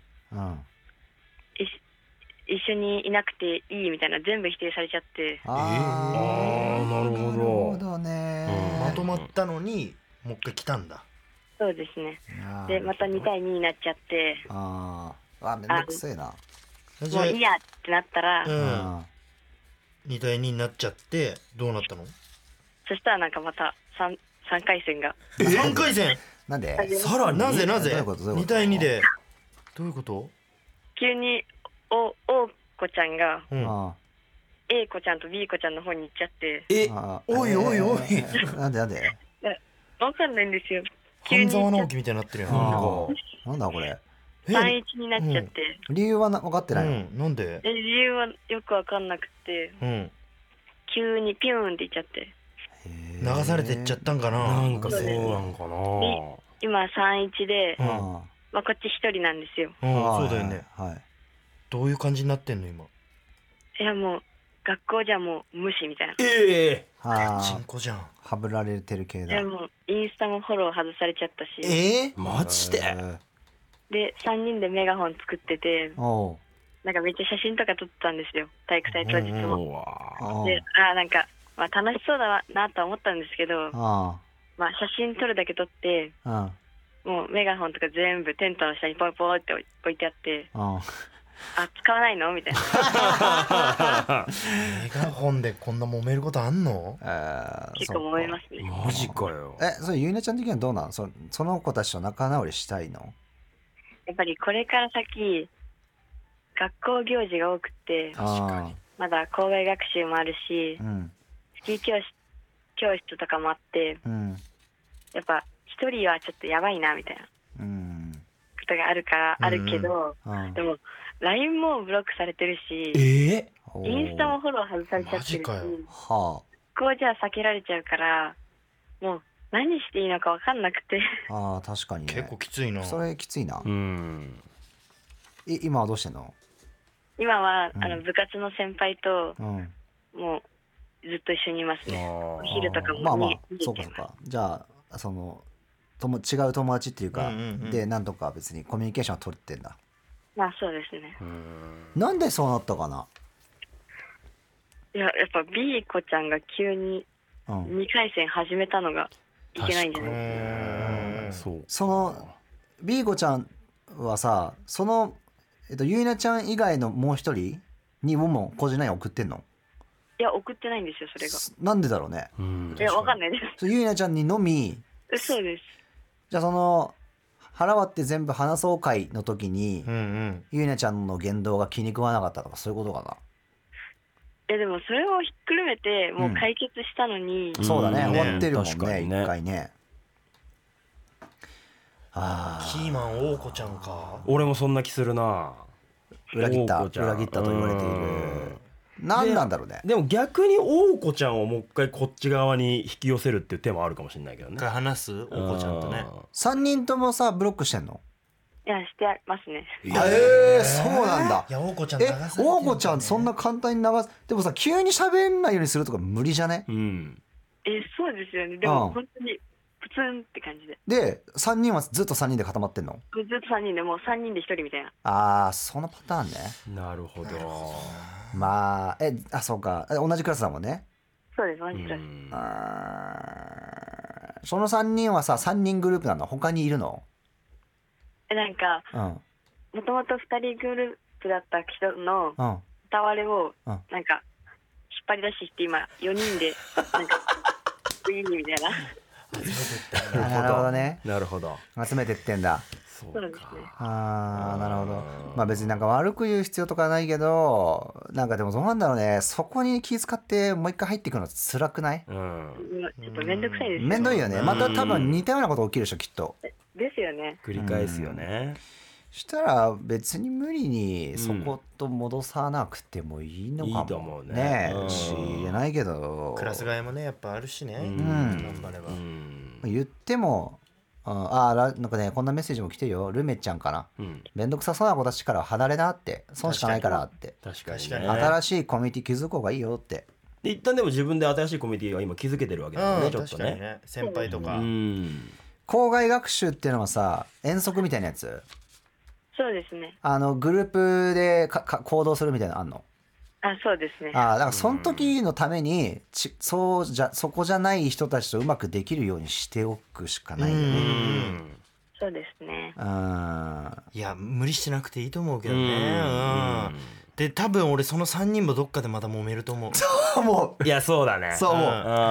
一緒にいなくていいみたいな全部否定されちゃって。 なるほどね。 まとまったのにもう一回来たんだ。 そうですね。でまた2対2になっちゃって、 めんどくせえな。 もういいやってなったら、 2対2になっちゃってどうなったの？ そしたらなんかまた3回戦が。 3回戦なんで？ さらになぜ2対2でどういうこと？ 急にお子ちゃんが、A 子ちゃんと B 子ちゃんの方に行っちゃって。 おいおいおいなんでわかんないんですよ。 半沢直樹みたいになってるやん。 なんだこれ。 3-1になっちゃって。 理由は分かってないの？ なんで？ 理由はよく分かんなくて、急にピューンっていっちゃって。 流されてっちゃったんかな。 なんかそうなんかな。 今3-1で、こっち1人なんですよ。 そうだよね。どういう感じになってんの今？ いやもう学校じゃもう無視みたいな。 チンコじゃん。 はぶられてる系だ。 でもインスタもフォロー外されちゃったし。 マジで？ で3人でメガホン作ってて、なんかめっちゃ写真とか撮ってたんですよ、体育祭当日も。でなんか、楽しそうだなとは思ったんですけど、写真撮るだけ撮って、もうメガホンとか全部テントの下にポイポイって置いてあって、使わないのみたいな。 メガホンでこんな揉めることあんの？ 結構揉めますね。 マジかよ。 それゆいなちゃん的にはどうなん？その子たちと仲直りしたいの？ やっぱりこれから先学校行事が多くて、まだ校外学習もあるし、スキー教室とかもあって、やっぱ一人はちょっとやばいなみたいなことがあるけど、でも LINE もブロックされてるし、インスタもフォロー外されちゃってるし、こうじゃ避けられちゃうから、もう何していいのか分かんなくて。 確かにね。 結構きついな。 それきついな。今はどうしてんの？ 今は部活の先輩ともうずっと一緒にいますね。お昼とかもそうか。じゃあ違う友達っていうかでなんとか別にコミュニケーションは取ってんだ。 そうですね。 なんでそうなったかな？ いや、やっぱ B 子ちゃんが急に2回戦始めたのがいけないんじゃないですか。 その B 子ちゃんはさ、そのゆいなちゃん以外のもう一人にも個人 LINE 送ってんの？ いや、送ってないんですよ、それが。 なんでだろうね。 いや、わかんないです。 ゆいなちゃんにのみ。 そうです。 じゃあその腹割って全部話そう会の時に、ゆいなちゃんの言動が気に食わなかったとかそういうことかな？ でもそれをひっくるめてもう解決したのに、 そうだね、終わってるもんね、一回ね。 キーマン王子ちゃんか。 俺もそんな気するな。 裏切ったと言われている。何なんだろうね。 でも逆に王子ちゃんをもう一回こっち側に引き寄せるっていう手もあるかもしれないけどね。 一回話す王子ちゃんとね。 3人ともさブロックしてんの？ いや、してますね。 そうなんだ。 いや、王子ちゃん流されてるんだね。 王子ちゃんそんな簡単に流す。でもさ、急に喋んないようにするとか無理じゃね？ そうですよね。でも本当にプツンって感じで。 で3人はずっと3人で固まってんの？ ずっと3人で、もう3人で1人みたいな。 そのパターンね。 なるほど。 そうか、同じクラスだもんね。 そうです、同じクラス。その3人はさ、3人グループなの？他にいるの？ なんかもともと2人グループだった人の片割れをなんか引っ張り出して今4人でなんかウィーみたいな。 なるほどね。 なるほど。 集めてってんだ。 そうですね。 なるほど。別になんか悪く言う必要とかないけど、なんかでもどうなんだろうね。そこに気遣ってもう一回入っていくの辛くない？ ちょっとめんどくさいですよ。 めんどいよね。また多分似たようなこと起きるでしょ、きっと。 ですよね。 繰り返すよね。 したら別に無理にそこと戻さなくてもいいのかも。 いいと思うね。しれないけど。 クラス替えもね、やっぱあるしね。頑張れば。 言ってもなんかねこんなメッセージも来てるよ。ルメちゃんかな、めんどくさそうな子たちからは離れなって、損しかないからって。 確かにね。 新しいコミュニティ築く方がいいよって。 一旦でも自分で新しいコミュニティは今築けてるわけだよね、ちょっとね。 先輩とか。 校外学習っていうのはさ、遠足みたいなやつ？ そうですね。 グループで行動するみたいなのあんの？ そうですね。 だからその時のためにそこじゃない人たちとうまくできるようにしておくしかないよね。 そうですね。 いや無理しなくていいと思うけどね。で多分俺その3人もどっかでまた揉めると思う。 そう思う。 いやそうだね。 そう思う。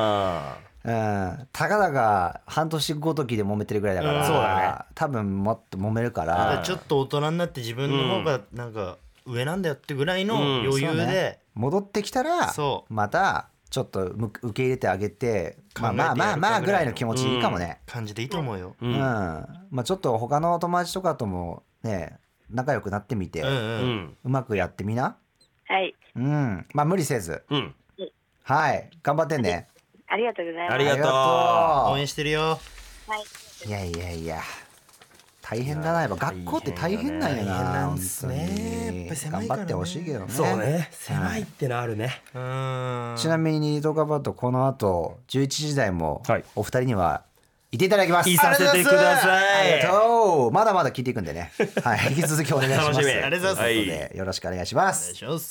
たかだか半年ごときで揉めてるぐらいだから、 そうだね。 多分もっと揉めるから。 ちょっと大人になって自分の方がなんか上なんだよってぐらいの余裕で、 戻ってきたらまたちょっと受け入れてあげて、まあぐらいの気持ちいいかもね。 感じでいいと思うよ。 ちょっと他の友達とかともね仲良くなってみて、うまくやってみな。 はい。 無理せず。はい、頑張ってね。 ありがとうございます。 ありがとう。応援してるよ。 はい。 いや大変だな。やっぱ学校って大変なんやな。 大変なんですね。やっぱ頑張ってほしいけどね。 そうね。狭いってのあるね。 ちなみにトークアバウトこの後11時台もお二人にはいていただきます。 いさせてください。 まだまだ聞いていくんでね。はい、引き続きお願いします。 楽しみ。ありがとうございます。よろしくお願いします。 お願いします。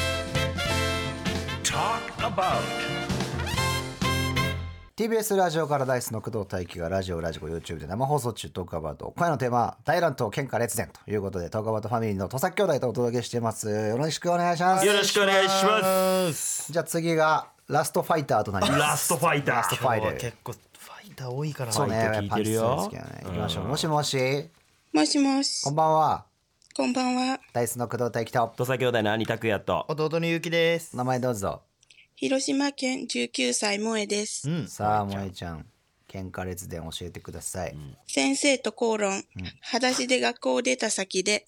Talk about TBS ラジオからダイスの工藤大輝がラジコ YouTube で生放送中。トークアバウト、今夜のテーマ大乱闘喧嘩列伝ということで、トークアバウトファミリーの土佐兄弟とお届けしています。よろしくお願いします。 よろしくお願いします。 じゃあ次がラストファイターとなります。 ラストファイター。 今日結構ファイター多いから。 そうね、 聞いてるよ。 行きましょう。もしもし。 もしもし。 こんばんは。 こんばんは。 ダイスの工藤大輝と土佐兄弟の兄拓也と弟のゆうきです。 名前どうぞ。 広島県19歳萌えです。 さあ萌えちゃん、喧嘩列伝教えてください。 先生と口論、裸足で学校を出た先で。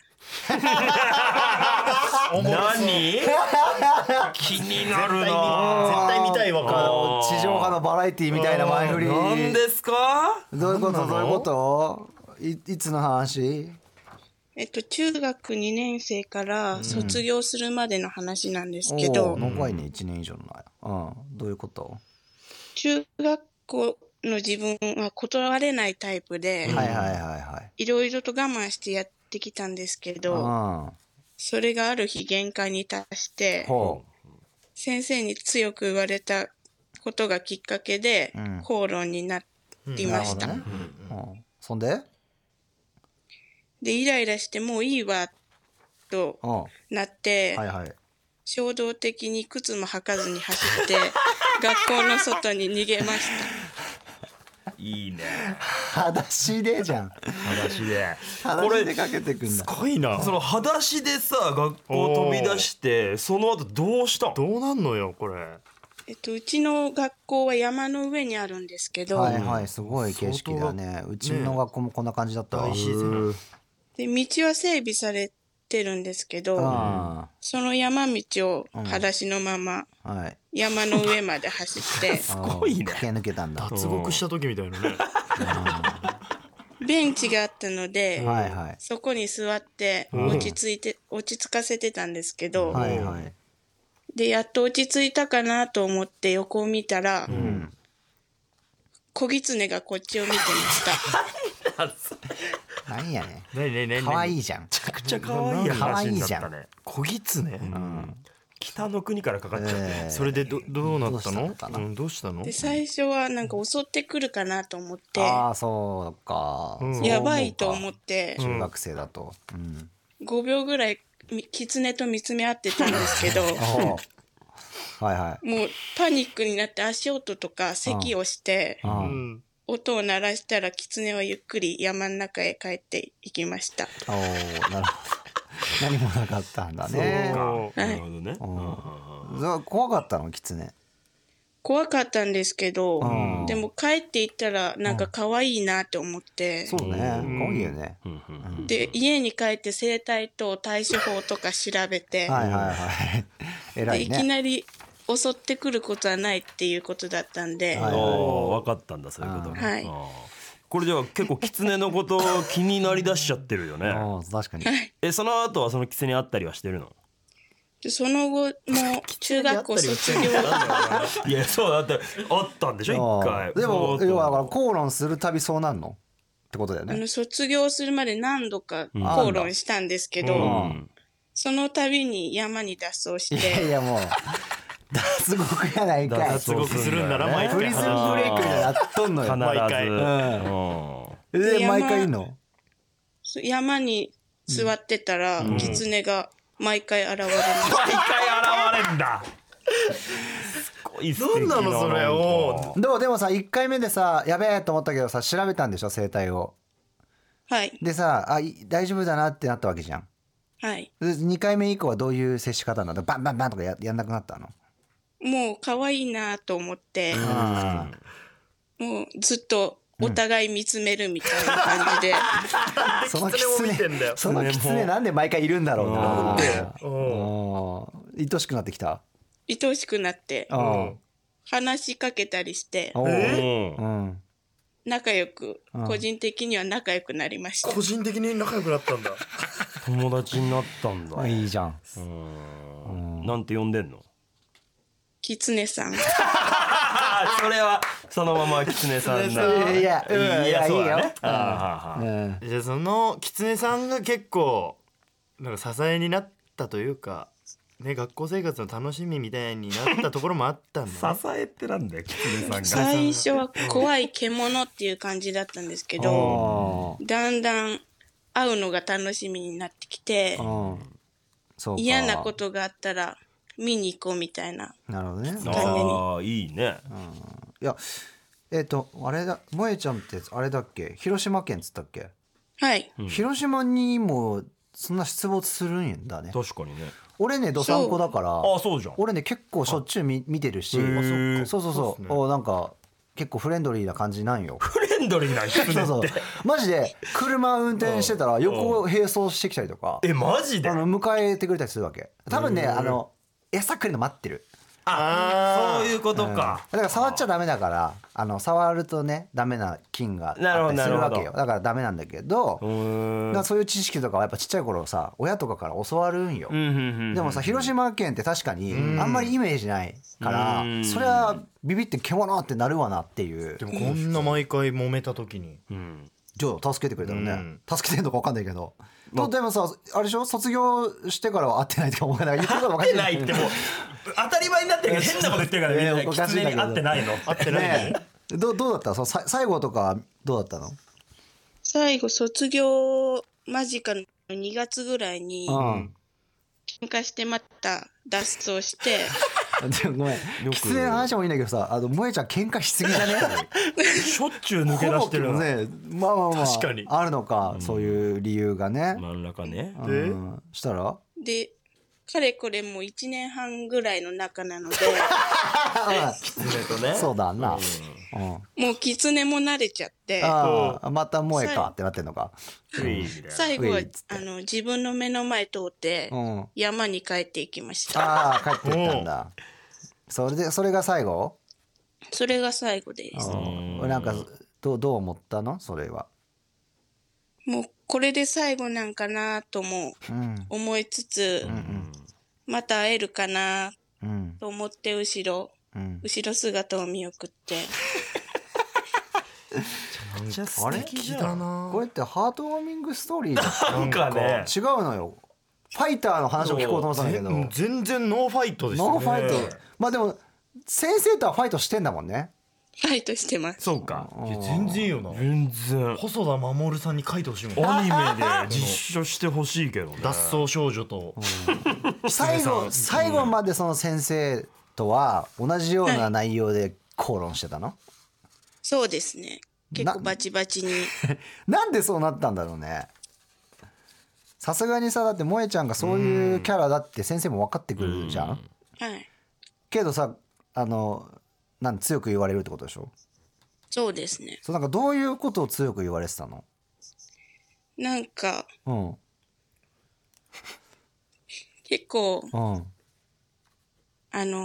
何？気になるな。 絶対見たいわ。 地上波のバラエティみたいな前振り。 何ですか？ どういうこといつの話？ 中学2年生から卒業するまでの話なんですけど。 長いね、1年以上の。どういうこと？ 中学校の自分は断れないタイプで、いろいろと我慢してやってきたんですけど、それがある日限界に達して、先生に強く言われたことがきっかけで、口論になりました。 そんで？ イライラしてもういいわとなって、衝動的に靴も履かずに走って学校の外に逃げました。 いいね。 裸足でじゃん。 裸足で。 これでかけてくんだ。 すごいな。その裸足でさ学校飛び出してその後どうしたん？ どうなんのよこれ。 うちの学校は山の上にあるんですけど、 すごい景色だね。うちの学校もこんな感じだったわ。 で道は整備されてるんですけど、その山道を裸足のまま山の上まで走ってすごいね。 駆け抜けたんだ。 脱獄した時みたいなね。 ベンチがあったので、そこに座って落ち着かせてたんですけど、でやっと落ち着いたかなと思って横を見たら、小狐がこっちを見てました。 何やねん。可愛いじゃん。めちゃくちゃ可愛い話だったね。 小狐。 北の国からかかっちゃって。 それでどうなったの？どうしたの？ で最初はなんか襲ってくるかなと思って。 そうか。 やばいと思って。 中学生だと。 5秒ぐらい狐と見つめ合ってたんですけど。もうパニックになって足音とか咳をして。音を鳴らしたら狐はゆっくり山の中へ帰っていきました。 なるほど。何もなかったんだね。 なるほどね。 怖かったの狐？ 怖かったんですけど、でも帰っていったらなんか可愛いなって思って。 そうね。可愛いよね。 で家に帰って生態と対処法とか調べて、 偉いね。 いきなり襲ってくることはないっていうことだったんで。 分かったんだそういうこと。 これじゃあ結構狐のこと気になりだしちゃってるよね。 確かに。 その後はその狐会ったりはしてるの？ その後も中学校卒業いやそうだってあったんでしょ一回。 でも要は口論するたびそうなんのってことだよね。 卒業するまで何度か口論したんですけど、その度に山に脱走して。 いやもう脱獄やないかい。 脱獄するんなら毎回プリズンブレイクになっとんのよ。 毎回。 毎回いんの？ 山に座ってたら狐が毎回現れます。 毎回現れんだ。 何なのそれを。 でもさ1回目でさやべえと思ったけどさ調べたんでしょ生態を。 はい。 でさ大丈夫だなってなったわけじゃん。 はい。 2回目以降はどういう接し方なの？バンバンバンとかやんなくなったの？ もう可愛いなと思って、もうずっとお互い見つめるみたいな感じで。 その狐なんで毎回いるんだろうな。愛しくなってきた？ 愛しくなって、話しかけたりして、仲良く、個人的には仲良くなりました。 個人的に仲良くなったんだ。 友達になったんだ。 いいじゃん。 なんて呼んでんの？ 狐さん。それはそのまま狐さんだ。 いやいいよ。じゃあその狐さんが結構なんか支えになったというかね、学校生活の楽しみみたいになったところもあったんだ、 ね、支えってなんだよ狐さんが。 最初は怖い獣っていう感じだったんですけどだんだん会うのが楽しみになってきて嫌なことがあったら見に行こうみたいな。 なるほどね。 いいね。 いやあれだ萌ちゃんってあれだっけ広島県っつったっけ？ はい、 広島にもそんな出没するんだね。 確かにね。 俺ねどさんこだからそうじゃん。 俺ね結構しょっちゅう見てるしそうなんか結構フレンドリーな感じなんよ。 フレンドリーな人ってマジで車運転してたら横を並走してきたりとかマジで迎えてくれたりするわけ。多分ね餌来るの待ってる。 そういうことか。 だから触っちゃダメだから触るとねダメな菌があったりするわけよ。だからダメなんだけどだからそういう知識とかはやっぱちっちゃい頃さ親とかから教わるんよ。でもさ広島県って確かにあんまりイメージないからそれはビビって獣ってなるわなっていう。 でもこんな毎回揉めた時にじゃあ助けてくれたのね。助けてんのか分かんないけどでもさあれでしょ卒業してからは会ってないとか思うから言ってること分かんない。 会ってないってもう当たり前になってるけど変なこと言ってるからみんな狐に会ってないの？ 会ってないね。 どうだったの？最後とかどうだったの？ 最後卒業間近の2月ぐらいに喧嘩してまた脱走してでもごめん狐の話もいいんだけどさ萌ちゃん喧嘩しすぎだね。 しょっちゅう抜け出してるね。まあ確かにあるのかそういう理由がね。 何らかね。 したらでかれこれもう1年半ぐらいの仲なので狐とね。 そうだな。 もう狐も慣れちゃってまた萌えかってなってんのか。 最後は自分の目の前通って山に帰っていきました。 帰っていったんだ。それが最後？ それが最後です。 なんかどう思ったの？それはもうこれで最後なんかなとも思いつつまた会えるかなと思って後ろ姿を見送ってあれこれってハートウォーミングストーリーなんかね違うのよ。ファイターの話を聞こうと思ったんだけど全然ノーファイトですよね。 ノーファイト。まあでも先生とはファイトしてんだもんね。 ファイトしてます。 そうか。 全然いいよな。 全然細田守さんに書いてほしいもん。 アニメで実写してほしいけどね。 脱走少女と最後までその先生とは同じような内容で口論してたの？ そうですね。結構バチバチになんでそうなったんだろうね。さすがにさだって萌ちゃんがそういうキャラだって先生も分かってくるじゃん。 はいけどさ強く言われるってことでしょ？ そうですね。 なんかどういうことを強く言われてたの？ なんか結構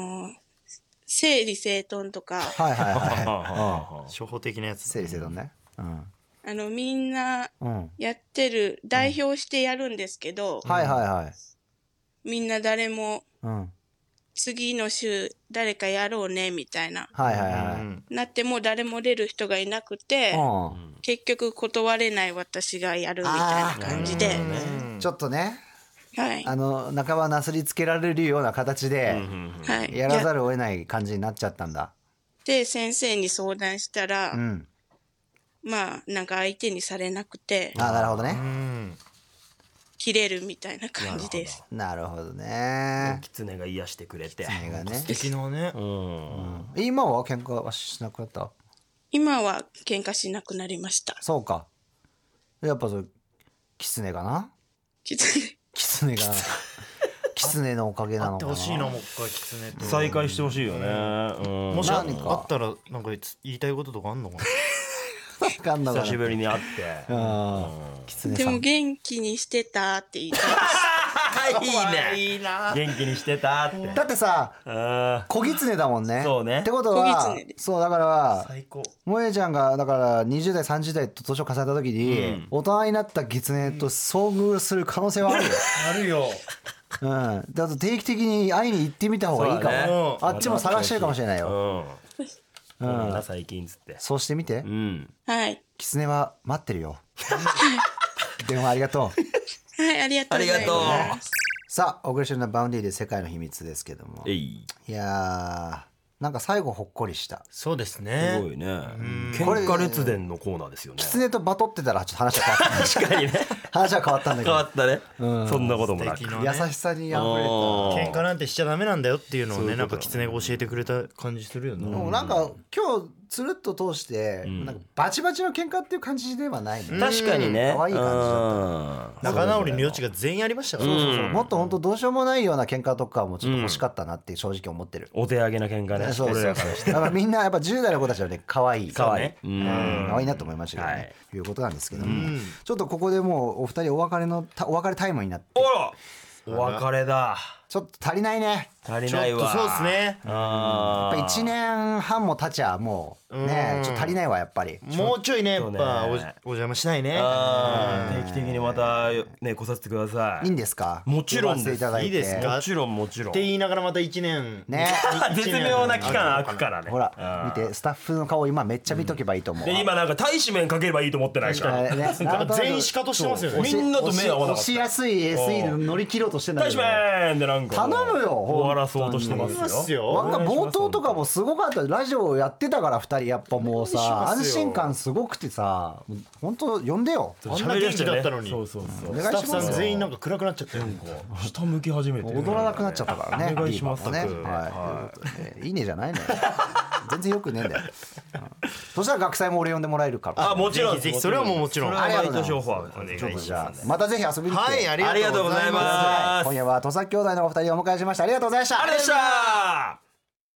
整理整頓とかはい初歩的なやつ。 整理整頓ね。 みんなやってる、代表してやるんですけど、みんな誰も、次の週誰かやろうねみたいな、なっても誰も出る人がいなくて、結局断れない私がやるみたいな感じで、 ちょっとね、半ばなすりつけられるような形でやらざるを得ない感じになっちゃったんだ。 で先生に相談したら、まあなんか相手にされなくて、 なるほどね、 切れるみたいな感じです。 なるほどね。 狐が癒してくれて、 狐がね、 素敵なね。 今は喧嘩はしなくなった？ 今は喧嘩しなくなりました。 そうか。やっぱ狐がな、狐が狐のおかげなのかな。 会ってほしいな、もう一回狐と再会してほしいよね。 もしあったらなんか言いたいこととかあんのかな。 久しぶりに会って、 でも元気にしてたって言いたい。いいな。元気にしてたって。 だってさ、小狐だもんね。 そうね。 ってことは、そうだから萌えちゃんがだから20代30代と年を重ねた時に、大人になった狐と遭遇する可能性はあるよ。 あるよ。 だと定期的に会いに行ってみた方がいいかも。あっちも探してるかもしれないよ。 最近つって。 そうしてみて。 はい。 狐は待ってるよ。電話ありがとう。はい、ありがとうございます。 さあ、お送りしてるのはバウンディで世界の秘密ですけども。いやー、なんか最後ほっこりした。 そうですね。 すごいね。喧嘩列伝のコーナーですよね。 狐とバトってたらちょっと話は変わった。 確かにね。 話は変わったんだけど。 変わったね。そんなこともなく。 優しさに溢れた。 喧嘩なんてしちゃダメなんだよっていうのをね、なんか狐が教えてくれた感じするよね。 なんか今日つるっと通してなんかバチバチの喧嘩っていう感じではないね。 確かにね。 可愛い感じだった。 仲直りの余地が全員ありましたから。 もっと本当どうしようもないような喧嘩とかもちょっと欲しかったなって正直思ってる。 お手上げな喧嘩ね。 そうそうそう。だからみんなやっぱ10代の子たちはね可愛い可愛いなと思いましたけどね。いうことなんですけども、ちょっとここでもうお二人お別れタイムになって。 お別れだ。 ちょっと足りないね。 足りないわ。 そうですね。 やっぱ1年半も経ちゃもうねちょっと足りないわやっぱり。 もうちょいねやっぱお邪魔したいね。 定期的にまたね来させてください。 いいんですか？ もちろんです。 いいですか？ もちろんもちろん。 って言いながらまた1年ね。 絶妙な期間空くからね。 ほら見てスタッフの顔今めっちゃ見とけばいいと思う。 で今なんか大使面かければいいと思ってないから。 全員シカトしてますよね。 みんなと目合わなかった。 押しやすい SE 乗り切ろうとしてんだけど。 大使面でなんか。 頼むよ。 終わらそうとしてますよ。 なんか冒頭とかもすごかった。ラジオやってたから2人やっぱもうさ安心感すごくてさ本当呼んでよ。 あんな元気だったのに。 そうそうそう。 スタッフさん全員なんか暗くなっちゃったよ。 下向き始めて踊らなくなっちゃったからね。 お願いしますね。 いいねじゃないのよ。全然よくねえんだよ。そしたら学祭も俺呼んでもらえるから。 あもちろんぜひそれはもうもちろん。 ありがとうございます。お願いします。 またぜひ遊びに来て。 はいありがとうございます。 今夜は土佐兄弟のお二人をお迎えしました。ありがとうございました。 ありがとうございました。